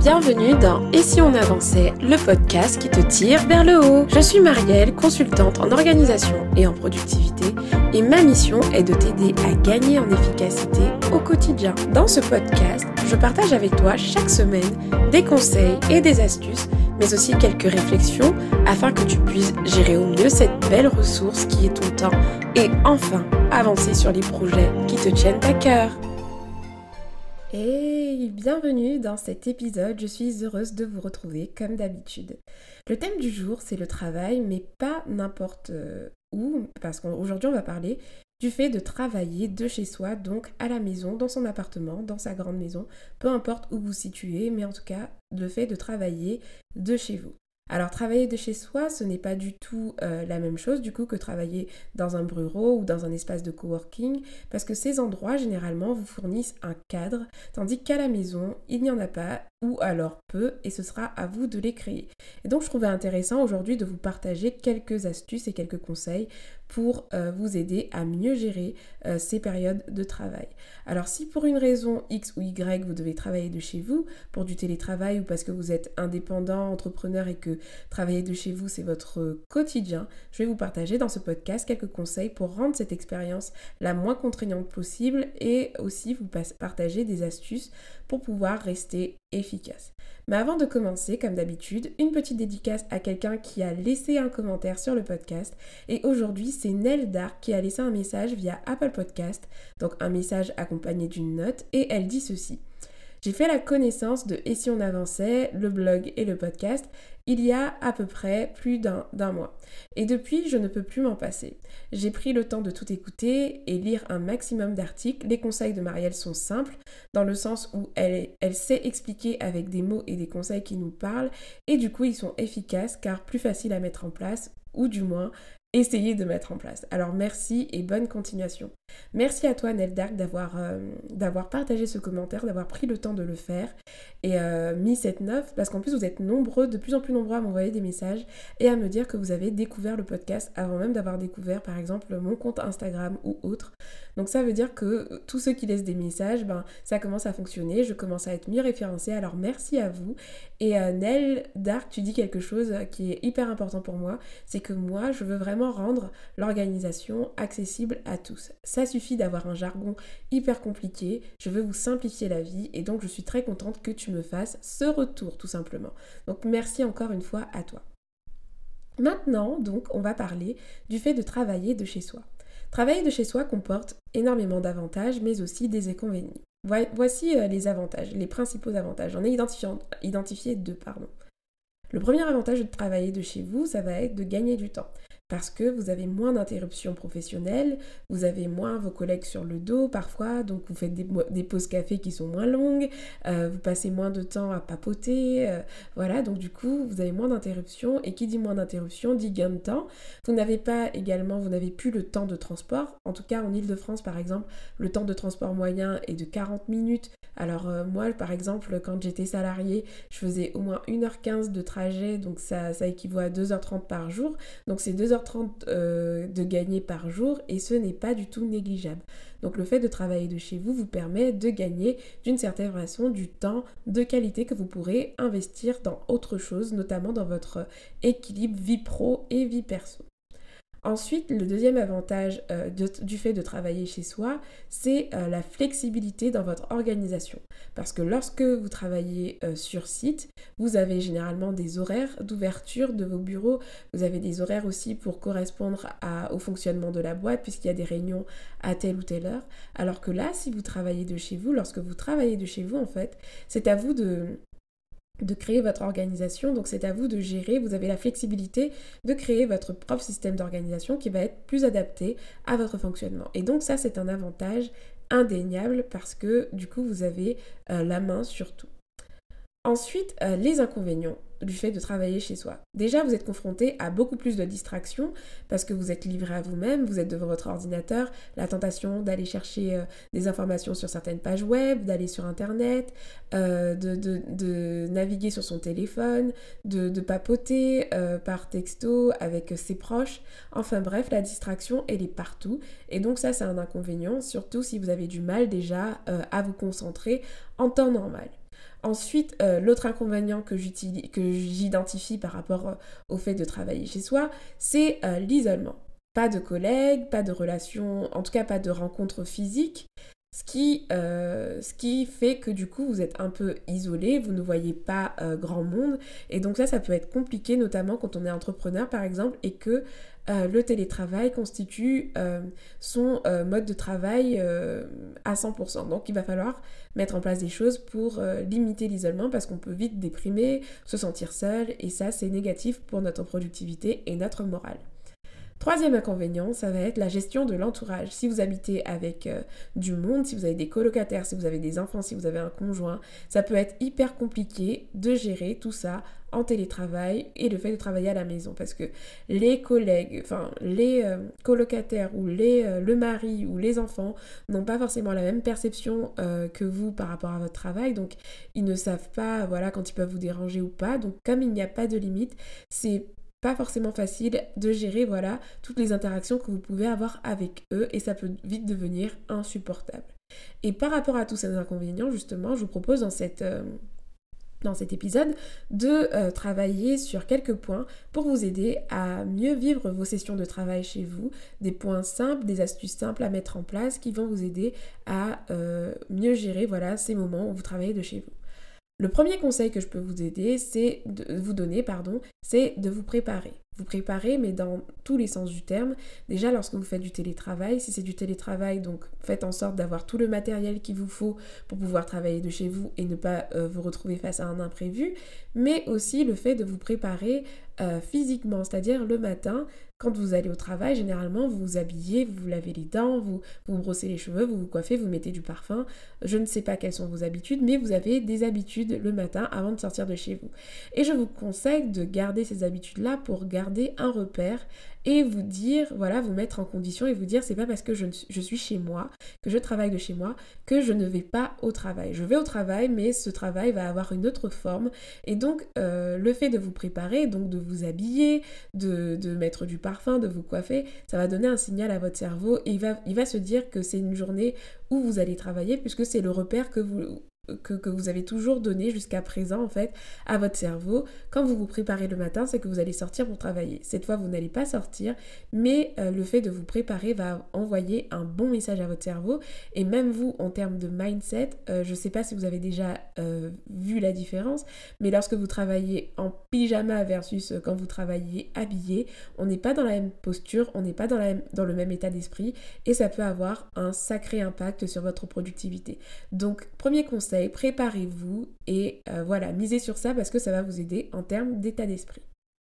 Bienvenue dans Et si on avançait, le podcast qui te tire vers le haut. Je suis Marielle, consultante en organisation et en productivité, et ma mission est de t'aider à gagner en efficacité au quotidien. Dans ce podcast, je partage avec toi chaque semaine des conseils et des astuces, mais aussi quelques réflexions afin que tu puisses gérer au mieux cette belle ressource qui est ton temps et enfin avancer sur les projets qui te tiennent à cœur. Et bienvenue dans cet épisode, je suis heureuse de vous retrouver comme d'habitude. Le thème du jour c'est le travail, mais pas n'importe où, parce qu'aujourd'hui on va parler du fait de travailler de chez soi, donc à la maison, dans son appartement, dans sa grande maison, peu importe où vous vous situez, mais en tout cas le fait de travailler de chez vous. Alors travailler de chez soi, ce n'est pas du tout la même chose du coup que travailler dans un bureau ou dans un espace de coworking, parce que ces endroits généralement vous fournissent un cadre, tandis qu'à la maison, il n'y en a pas, ou alors peu, et ce sera à vous de les créer. Et donc je trouvais intéressant aujourd'hui de vous partager quelques astuces et quelques conseils pour vous aider à mieux gérer ces périodes de travail. Alors si pour une raison X ou Y vous devez travailler de chez vous, pour du télétravail ou parce que vous êtes indépendant, entrepreneur et que travailler de chez vous c'est votre quotidien, je vais vous partager dans ce podcast quelques conseils pour rendre cette expérience la moins contraignante possible et aussi vous partager des astuces pour pouvoir rester efficace. Mais avant de commencer, comme d'habitude, une petite dédicace à quelqu'un qui a laissé un commentaire sur le podcast. Et aujourd'hui, c'est Nell Dark qui a laissé un message via Apple Podcast, donc un message accompagné d'une note, et elle dit ceci. J'ai fait la connaissance de Et si on avançait, le blog et le podcast, il y a à peu près plus d'un mois. Et depuis, je ne peux plus m'en passer. J'ai pris le temps de tout écouter et lire un maximum d'articles. Les conseils de Marielle sont simples, dans le sens où elle sait expliquer avec des mots et des conseils qui nous parlent, et du coup, ils sont efficaces car plus faciles à mettre en place, ou du moins, essayer de mettre en place. Alors merci et bonne continuation. Merci à toi Nell Dark d'avoir partagé ce commentaire, d'avoir pris le temps de le faire et mis cette note, parce qu'en plus vous êtes nombreux, de plus en plus nombreux à m'envoyer des messages et à me dire que vous avez découvert le podcast avant même d'avoir découvert par exemple mon compte Instagram ou autre. Donc ça veut dire que tous ceux qui laissent des messages, ça commence à fonctionner, je commence à être mieux référencée, alors merci à vous. Et Nell Dark, tu dis quelque chose qui est hyper important pour moi, c'est que moi je veux vraiment rendre l'organisation accessible à tous. Ça suffit d'avoir un jargon hyper compliqué, je veux vous simplifier la vie et donc je suis très contente que tu me fasses ce retour tout simplement. Donc merci encore une fois à toi. Maintenant donc on va parler du fait de travailler de chez soi. Travailler de chez soi comporte énormément d'avantages mais aussi des inconvénients. Voici les avantages, les principaux avantages. J'en ai identifié deux. Le premier avantage de travailler de chez vous, ça va être de gagner du temps. Parce que vous avez moins d'interruptions professionnelles, vous avez moins vos collègues sur le dos parfois, donc vous faites des pauses café qui sont moins longues, vous passez moins de temps à papoter, voilà, donc du coup vous avez moins d'interruptions, et qui dit moins d'interruptions dit gain de temps. Vous n'avez plus le temps de transport, en tout cas en Île-de-France par exemple, le temps de transport moyen est de 40 minutes, alors moi par exemple quand j'étais salariée, je faisais au moins 1h15 de trajet, donc ça équivaut à 2h30 par jour, donc c'est 2h30 de gagner par jour et ce n'est pas du tout négligeable. Donc le fait de travailler de chez vous vous permet de gagner d'une certaine façon du temps de qualité que vous pourrez investir dans autre chose, notamment dans votre équilibre vie pro et vie perso. Ensuite, le deuxième avantage du fait de travailler chez soi, c'est la flexibilité dans votre organisation. Parce que lorsque vous travaillez sur site, vous avez généralement des horaires d'ouverture de vos bureaux. Vous avez des horaires aussi pour correspondre au fonctionnement de la boîte, puisqu'il y a des réunions à telle ou telle heure. Alors que là, si vous travaillez de chez vous, lorsque vous travaillez de chez vous, en fait, c'est à vous de créer votre organisation, donc c'est à vous de gérer, vous avez la flexibilité de créer votre propre système d'organisation qui va être plus adapté à votre fonctionnement. Et donc ça c'est un avantage indéniable parce que du coup vous avez la main sur tout. Ensuite, les inconvénients du fait de travailler chez soi. Déjà, vous êtes confronté à beaucoup plus de distractions parce que vous êtes livré à vous-même, vous êtes devant votre ordinateur, la tentation d'aller chercher des informations sur certaines pages web, d'aller sur internet, de naviguer sur son téléphone, de papoter par texto avec ses proches. Enfin bref, la distraction, elle est partout et donc ça, c'est un inconvénient, surtout si vous avez du mal déjà à vous concentrer en temps normal. Ensuite, l'autre inconvénient que j'identifie par rapport au fait de travailler chez soi, c'est l'isolement. Pas de collègues, pas de relations, en tout cas pas de rencontres physiques, ce qui fait que du coup vous êtes un peu isolé, vous ne voyez pas grand monde, et donc ça peut être compliqué, notamment quand on est entrepreneur par exemple, et que le télétravail constitue son mode de travail à 100%. Donc il va falloir mettre en place des choses pour limiter l'isolement, parce qu'on peut vite déprimer, se sentir seul, et ça c'est négatif pour notre productivité et notre morale. Troisième inconvénient, ça va être la gestion de l'entourage. Si vous habitez avec du monde, si vous avez des colocataires, si vous avez des enfants, si vous avez un conjoint, ça peut être hyper compliqué de gérer tout ça en télétravail et le fait de travailler à la maison, parce que les collègues, enfin les colocataires ou le mari ou les enfants n'ont pas forcément la même perception que vous par rapport à votre travail, donc ils ne savent pas voilà, quand ils peuvent vous déranger ou pas. Donc comme il n'y a pas de limite, c'est pas forcément facile de gérer voilà, toutes les interactions que vous pouvez avoir avec eux, et ça peut vite devenir insupportable. Et par rapport à tous ces inconvénients, justement, je vous propose dans cet épisode de travailler sur quelques points pour vous aider à mieux vivre vos sessions de travail chez vous, des points simples, des astuces simples à mettre en place qui vont vous aider à mieux gérer voilà, ces moments où vous travaillez de chez vous. Le premier conseil que je peux vous aider, c'est de vous donner, c'est de vous préparer. Vous préparez, mais dans tous les sens du terme. Déjà, lorsque vous faites du télétravail, si c'est du télétravail, donc faites en sorte d'avoir tout le matériel qu'il vous faut pour pouvoir travailler de chez vous et ne pas vous retrouver face à un imprévu, mais aussi le fait de vous préparer physiquement, c'est-à-dire le matin, quand vous allez au travail, généralement vous vous habillez, vous vous lavez les dents, vous brossez les cheveux, vous vous coiffez, vous mettez du parfum. Je ne sais pas quelles sont vos habitudes, mais vous avez des habitudes le matin avant de sortir de chez vous. Et je vous conseille de garder ces habitudes-là pour garder un repère et vous dire, voilà, vous mettre en condition et vous dire, c'est pas parce que je suis chez moi, que je travaille de chez moi, que je ne vais pas au travail. Je vais au travail, mais ce travail va avoir une autre forme. Et donc, le fait de vous préparer, donc de vous habiller, de mettre du parfum, de vous coiffer, ça va donner un signal à votre cerveau et il va se dire que c'est une journée où vous allez travailler, puisque c'est le repère que vous avez toujours donné jusqu'à présent en fait à votre cerveau. Quand vous vous préparez le matin, c'est que vous allez sortir pour travailler. Cette fois, vous n'allez pas sortir, mais le fait de vous préparer va envoyer un bon message à votre cerveau. Et même vous, en termes de mindset, je ne sais pas si vous avez déjà vu la différence, mais lorsque vous travaillez en pyjama versus quand vous travaillez habillé, on n'est pas dans la même posture, on n'est pas dans le même état d'esprit, et ça peut avoir un sacré impact sur votre productivité. Donc, premier conseil, préparez-vous et voilà, misez sur ça parce que ça va vous aider en termes d'état d'esprit.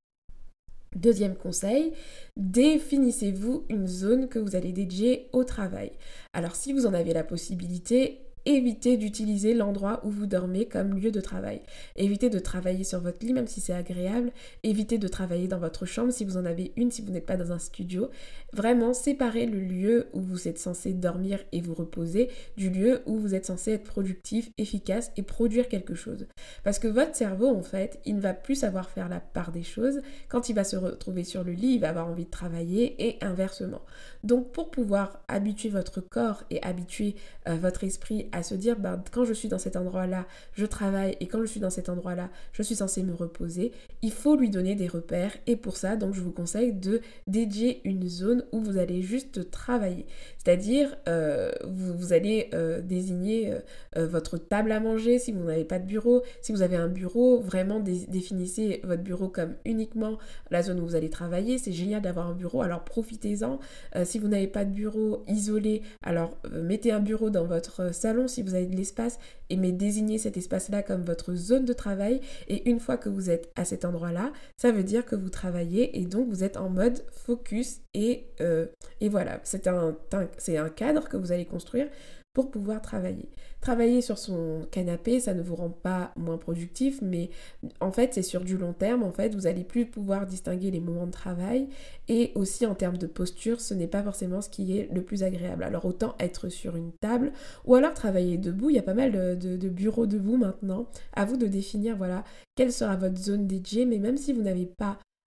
Deuxième conseil, définissez-vous une zone que vous allez dédier au travail. Alors si vous en avez la possibilité, évitez d'utiliser l'endroit où vous dormez comme lieu de travail. Évitez de travailler sur votre lit même si c'est agréable. Évitez de travailler dans votre chambre si vous en avez une, si vous n'êtes pas dans un studio. Vraiment, séparez le lieu où vous êtes censé dormir et vous reposer du lieu où vous êtes censé être productif, efficace et produire quelque chose. Parce que votre cerveau, en fait, il ne va plus savoir faire la part des choses. Quand il va se retrouver sur le lit, il va avoir envie de travailler et inversement. Donc pour pouvoir habituer votre corps et habituer votre esprit à se dire quand je suis dans cet endroit-là, je travaille, et quand je suis dans cet endroit-là, je suis censée me reposer, il faut lui donner des repères. Et pour ça, donc je vous conseille de dédier une zone où vous allez juste travailler. C'est-à-dire, vous allez désigner votre table à manger si vous n'avez pas de bureau. Si vous avez un bureau, vraiment définissez votre bureau comme uniquement la zone où vous allez travailler. C'est génial d'avoir un bureau, alors profitez-en. Si vous n'avez pas de bureau isolé, alors mettez un bureau dans votre salon si vous avez de l'espace, mais désignez cet espace-là comme votre zone de travail. Et une fois que vous êtes à cet endroit-là, ça veut dire que vous travaillez et donc vous êtes en mode focus et voilà, c'est un cadre que vous allez construire pour pouvoir travailler. Travailler sur son canapé, ça ne vous rend pas moins productif, mais en fait, c'est sur du long terme. En fait, vous allez plus pouvoir distinguer les moments de travail, et aussi en termes de posture, ce n'est pas forcément ce qui est le plus agréable. Alors autant être sur une table ou alors travailler debout. Il y a pas mal de bureaux debout maintenant. À vous de définir, voilà, quelle sera votre zone dédiée, mais même si vous n'avez pas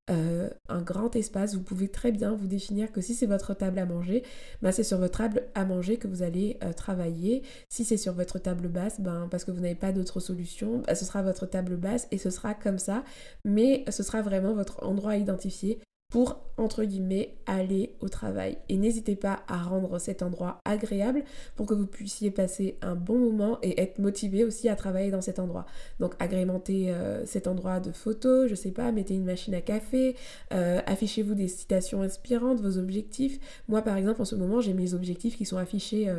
un grand espace. Vous pouvez très bien vous définir que si c'est votre table à manger, c'est sur votre table à manger que vous allez travailler. Si c'est sur votre table basse, parce que vous n'avez pas d'autre solution, ce sera votre table basse et ce sera comme ça. Mais ce sera vraiment votre endroit identifié pour, entre guillemets, aller au travail. Et n'hésitez pas à rendre cet endroit agréable pour que vous puissiez passer un bon moment et être motivé aussi à travailler dans cet endroit. Donc agrémentez cet endroit de photos, je sais pas, mettez une machine à café, affichez-vous des citations inspirantes, vos objectifs. Moi par exemple en ce moment j'ai mes objectifs qui sont affichés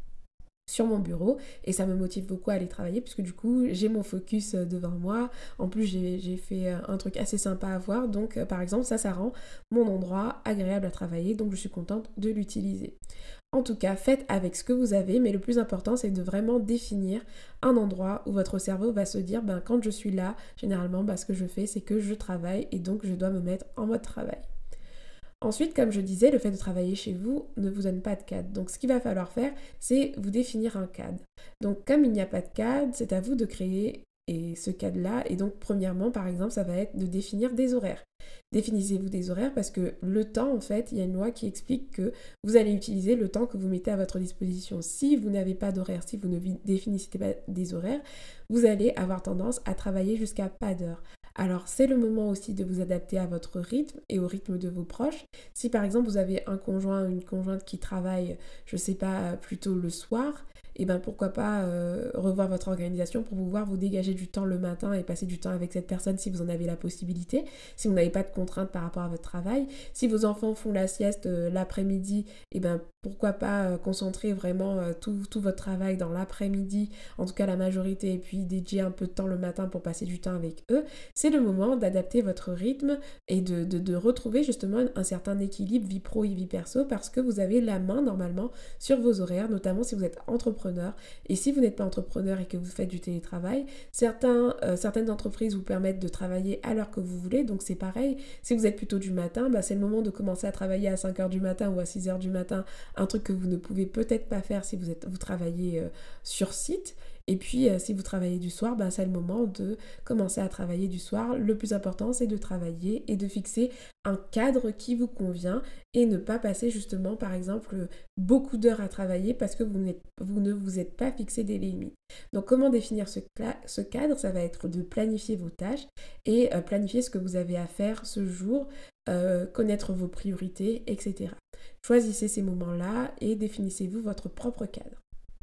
sur mon bureau et ça me motive beaucoup à aller travailler puisque du coup j'ai mon focus devant moi. En plus j'ai fait un truc assez sympa à voir, donc par exemple ça rend mon endroit agréable à travailler, donc je suis contente de l'utiliser. En tout cas, faites avec ce que vous avez, mais le plus important c'est de vraiment définir un endroit où votre cerveau va se dire quand je suis là, généralement ce que je fais c'est que je travaille et donc je dois me mettre en mode travail. Ensuite, comme je disais, le fait de travailler chez vous ne vous donne pas de cadre. Donc ce qu'il va falloir faire, c'est vous définir un cadre. Donc comme il n'y a pas de cadre, c'est à vous de créer ce cadre-là. Et donc premièrement, par exemple, ça va être de définir des horaires. Définissez-vous des horaires parce que le temps, en fait, il y a une loi qui explique que vous allez utiliser le temps que vous mettez à votre disposition. Si vous n'avez pas d'horaire, si vous ne définissez pas des horaires, vous allez avoir tendance à travailler jusqu'à pas d'heure. Alors c'est le moment aussi de vous adapter à votre rythme et au rythme de vos proches. Si par exemple vous avez un conjoint ou une conjointe qui travaille, je sais pas, plutôt le soir, et pourquoi pas revoir votre organisation pour pouvoir vous dégager du temps le matin et passer du temps avec cette personne si vous en avez la possibilité, si vous n'avez pas de contraintes par rapport à votre travail. Si vos enfants font la sieste l'après-midi, pourquoi pas concentrer vraiment tout votre travail dans l'après-midi, en tout cas la majorité, et puis dédier un peu de temps le matin pour passer du temps avec eux. C'est le moment d'adapter votre rythme et de retrouver justement un certain équilibre vie pro et vie perso parce que vous avez la main normalement sur vos horaires, notamment si vous êtes entrepreneur. Et si vous n'êtes pas entrepreneur et que vous faites du télétravail, certaines entreprises vous permettent de travailler à l'heure que vous voulez, donc c'est pareil. Si vous êtes plutôt du matin, c'est le moment de commencer à travailler à 5h du matin ou à 6h du matin, un truc que vous ne pouvez peut-être pas faire si vous travaillez sur site. Et puis, si vous travaillez du soir, c'est le moment de commencer à travailler du soir. Le plus important, c'est de travailler et de fixer un cadre qui vous convient et ne pas passer justement, par exemple, beaucoup d'heures à travailler parce que vous ne vous êtes pas fixé des limites. Donc, comment définir ce cadre? Ça va être de planifier vos tâches et planifier ce que vous avez à faire ce jour, connaître vos priorités, etc. Choisissez ces moments-là et définissez-vous votre propre cadre.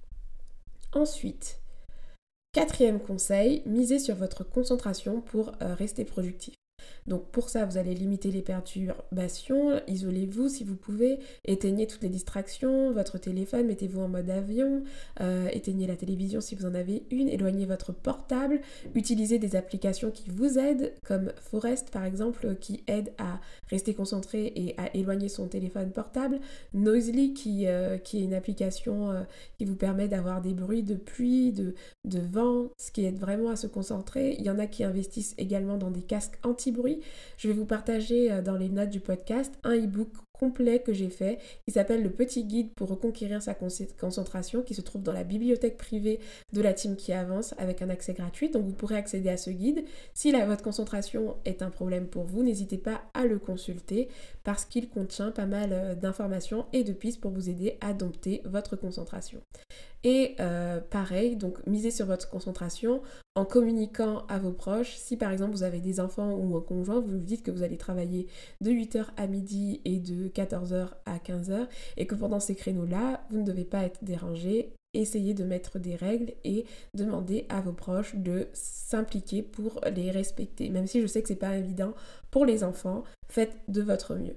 Ensuite, 4e conseil, misez sur votre concentration pour rester productif. Donc pour ça, vous allez limiter les perturbations, isolez-vous si vous pouvez, éteignez toutes les distractions, votre téléphone, mettez-vous en mode avion, éteignez la télévision si vous en avez une, éloignez votre portable, utilisez des applications qui vous aident, comme Forest par exemple, qui aide à rester concentré et à éloigner son téléphone portable, Noisely qui est une application qui vous permet d'avoir des bruits de pluie, de vent, ce qui aide vraiment à se concentrer. Il y en a qui investissent également dans des casques anti-bruit. Je vais vous partager dans les notes du podcast un e-book complet que j'ai fait qui s'appelle Le Petit Guide pour reconquérir sa concentration, qui se trouve dans la bibliothèque privée de la team qui avance avec un accès gratuit. Donc vous pourrez accéder à ce guide. Si votre concentration est un problème pour vous, n'hésitez pas à le consulter parce qu'il contient pas mal d'informations et de pistes pour vous aider à dompter votre concentration. Et pareil, donc misez sur votre concentration en communiquant à vos proches. Si par exemple vous avez des enfants ou un conjoint, vous vous dites que vous allez travailler de 8h à midi et de 14h à 15h et que pendant ces créneaux-là, vous ne devez pas être dérangé. Essayez de mettre des règles et demandez à vos proches de s'impliquer pour les respecter. Même si je sais que c'est pas évident pour les enfants, faites de votre mieux.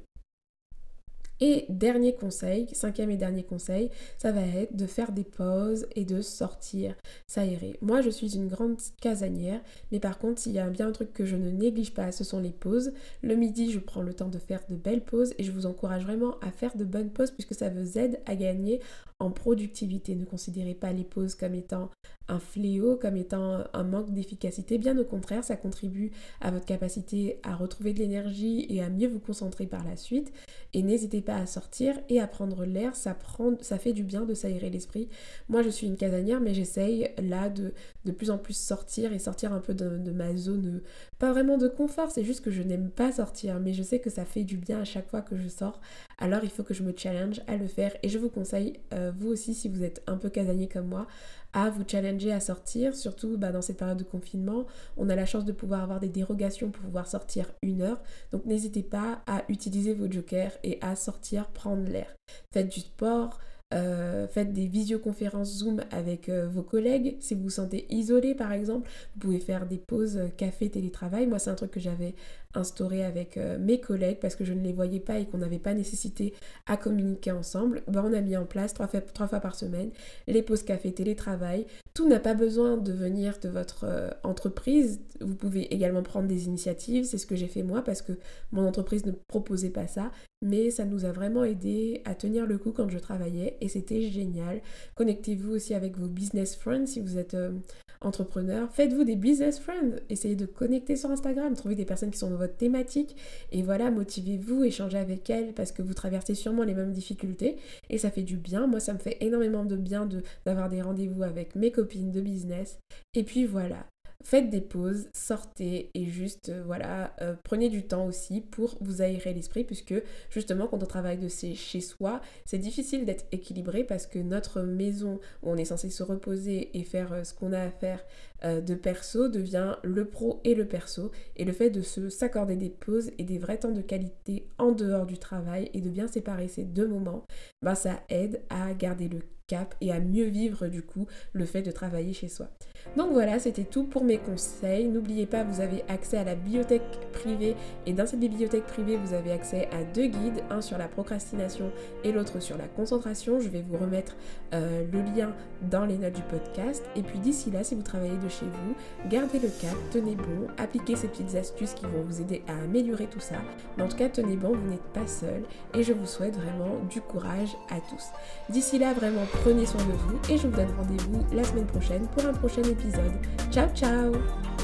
Et dernier conseil, 5e et dernier conseil, ça va être de faire des pauses et de sortir s'aérer. Moi, je suis une grande casanière, mais par contre, s'il y a bien un truc que je ne néglige pas, ce sont les pauses. Le midi, je prends le temps de faire de belles pauses et je vous encourage vraiment à faire de bonnes pauses puisque ça vous aide à gagner en productivité. Ne considérez pas les pauses comme étant un fléau, comme étant un manque d'efficacité. Bien au contraire, ça contribue à votre capacité à retrouver de l'énergie et à mieux vous concentrer par la suite. Et n'hésitez pas à sortir et à prendre l'air, ça fait du bien de s'aérer l'esprit. Moi je suis une casanière, mais j'essaye là de plus en plus sortir et sortir un peu de ma zone, pas vraiment de confort, c'est juste que je n'aime pas sortir, mais je sais que ça fait du bien à chaque fois que je sors, alors il faut que je me challenge à le faire. Et je vous conseille, vous aussi si vous êtes un peu casanier comme moi, à vous challenger à sortir, surtout dans cette période de confinement. On a la chance de pouvoir avoir des dérogations pour pouvoir sortir 1 heure, donc n'hésitez pas à utiliser vos jokers et à sortir prendre l'air. Faites du sport, faites des visioconférences Zoom avec vos collègues. Si vous vous sentez isolé par exemple, vous pouvez faire des pauses café télétravail. Moi c'est un truc que j'avais instauré avec mes collègues parce que je ne les voyais pas et qu'on n'avait pas nécessité à communiquer ensemble. On a mis en place 3 fois par semaine les pauses café télétravail. Tout n'a pas besoin de venir de votre entreprise. Vous pouvez également prendre des initiatives. C'est ce que j'ai fait moi parce que mon entreprise ne proposait pas ça, mais ça nous a vraiment aidé à tenir le coup quand je travaillais et c'était génial. Connectez-vous aussi avec vos business friends si vous êtes entrepreneur. Faites-vous des business friends, essayez de connecter sur Instagram, trouvez des personnes qui sont dans votre thématique et voilà, motivez-vous, échangez avec elles parce que vous traversez sûrement les mêmes difficultés et ça fait du bien. Moi ça me fait énormément de bien d'avoir des rendez-vous avec mes copines de business et puis voilà. Faites des pauses, sortez et juste prenez du temps aussi pour vous aérer l'esprit puisque justement quand on travaille de chez soi, c'est difficile d'être équilibré parce que notre maison où on est censé se reposer et faire ce qu'on a à faire de perso devient le pro et le perso, et le fait de s'accorder des pauses et des vrais temps de qualité en dehors du travail et de bien séparer ces 2 moments, ça aide à garder le cap et à mieux vivre du coup le fait de travailler chez soi. Donc voilà, c'était tout pour mes conseils. N'oubliez pas, vous avez accès à la bibliothèque privée et dans cette bibliothèque privée, vous avez accès à 2 guides, un sur la procrastination et l'autre sur la concentration. Je vais vous remettre le lien dans les notes du podcast. Et puis d'ici là, si vous travaillez de chez vous, gardez le cap, tenez bon, appliquez ces petites astuces qui vont vous aider à améliorer tout ça. Mais en tout cas, tenez bon, vous n'êtes pas seul et je vous souhaite vraiment du courage à tous. D'ici là, vraiment, prenez soin de vous et je vous donne rendez-vous la semaine prochaine pour un prochain épisode. Ciao ciao!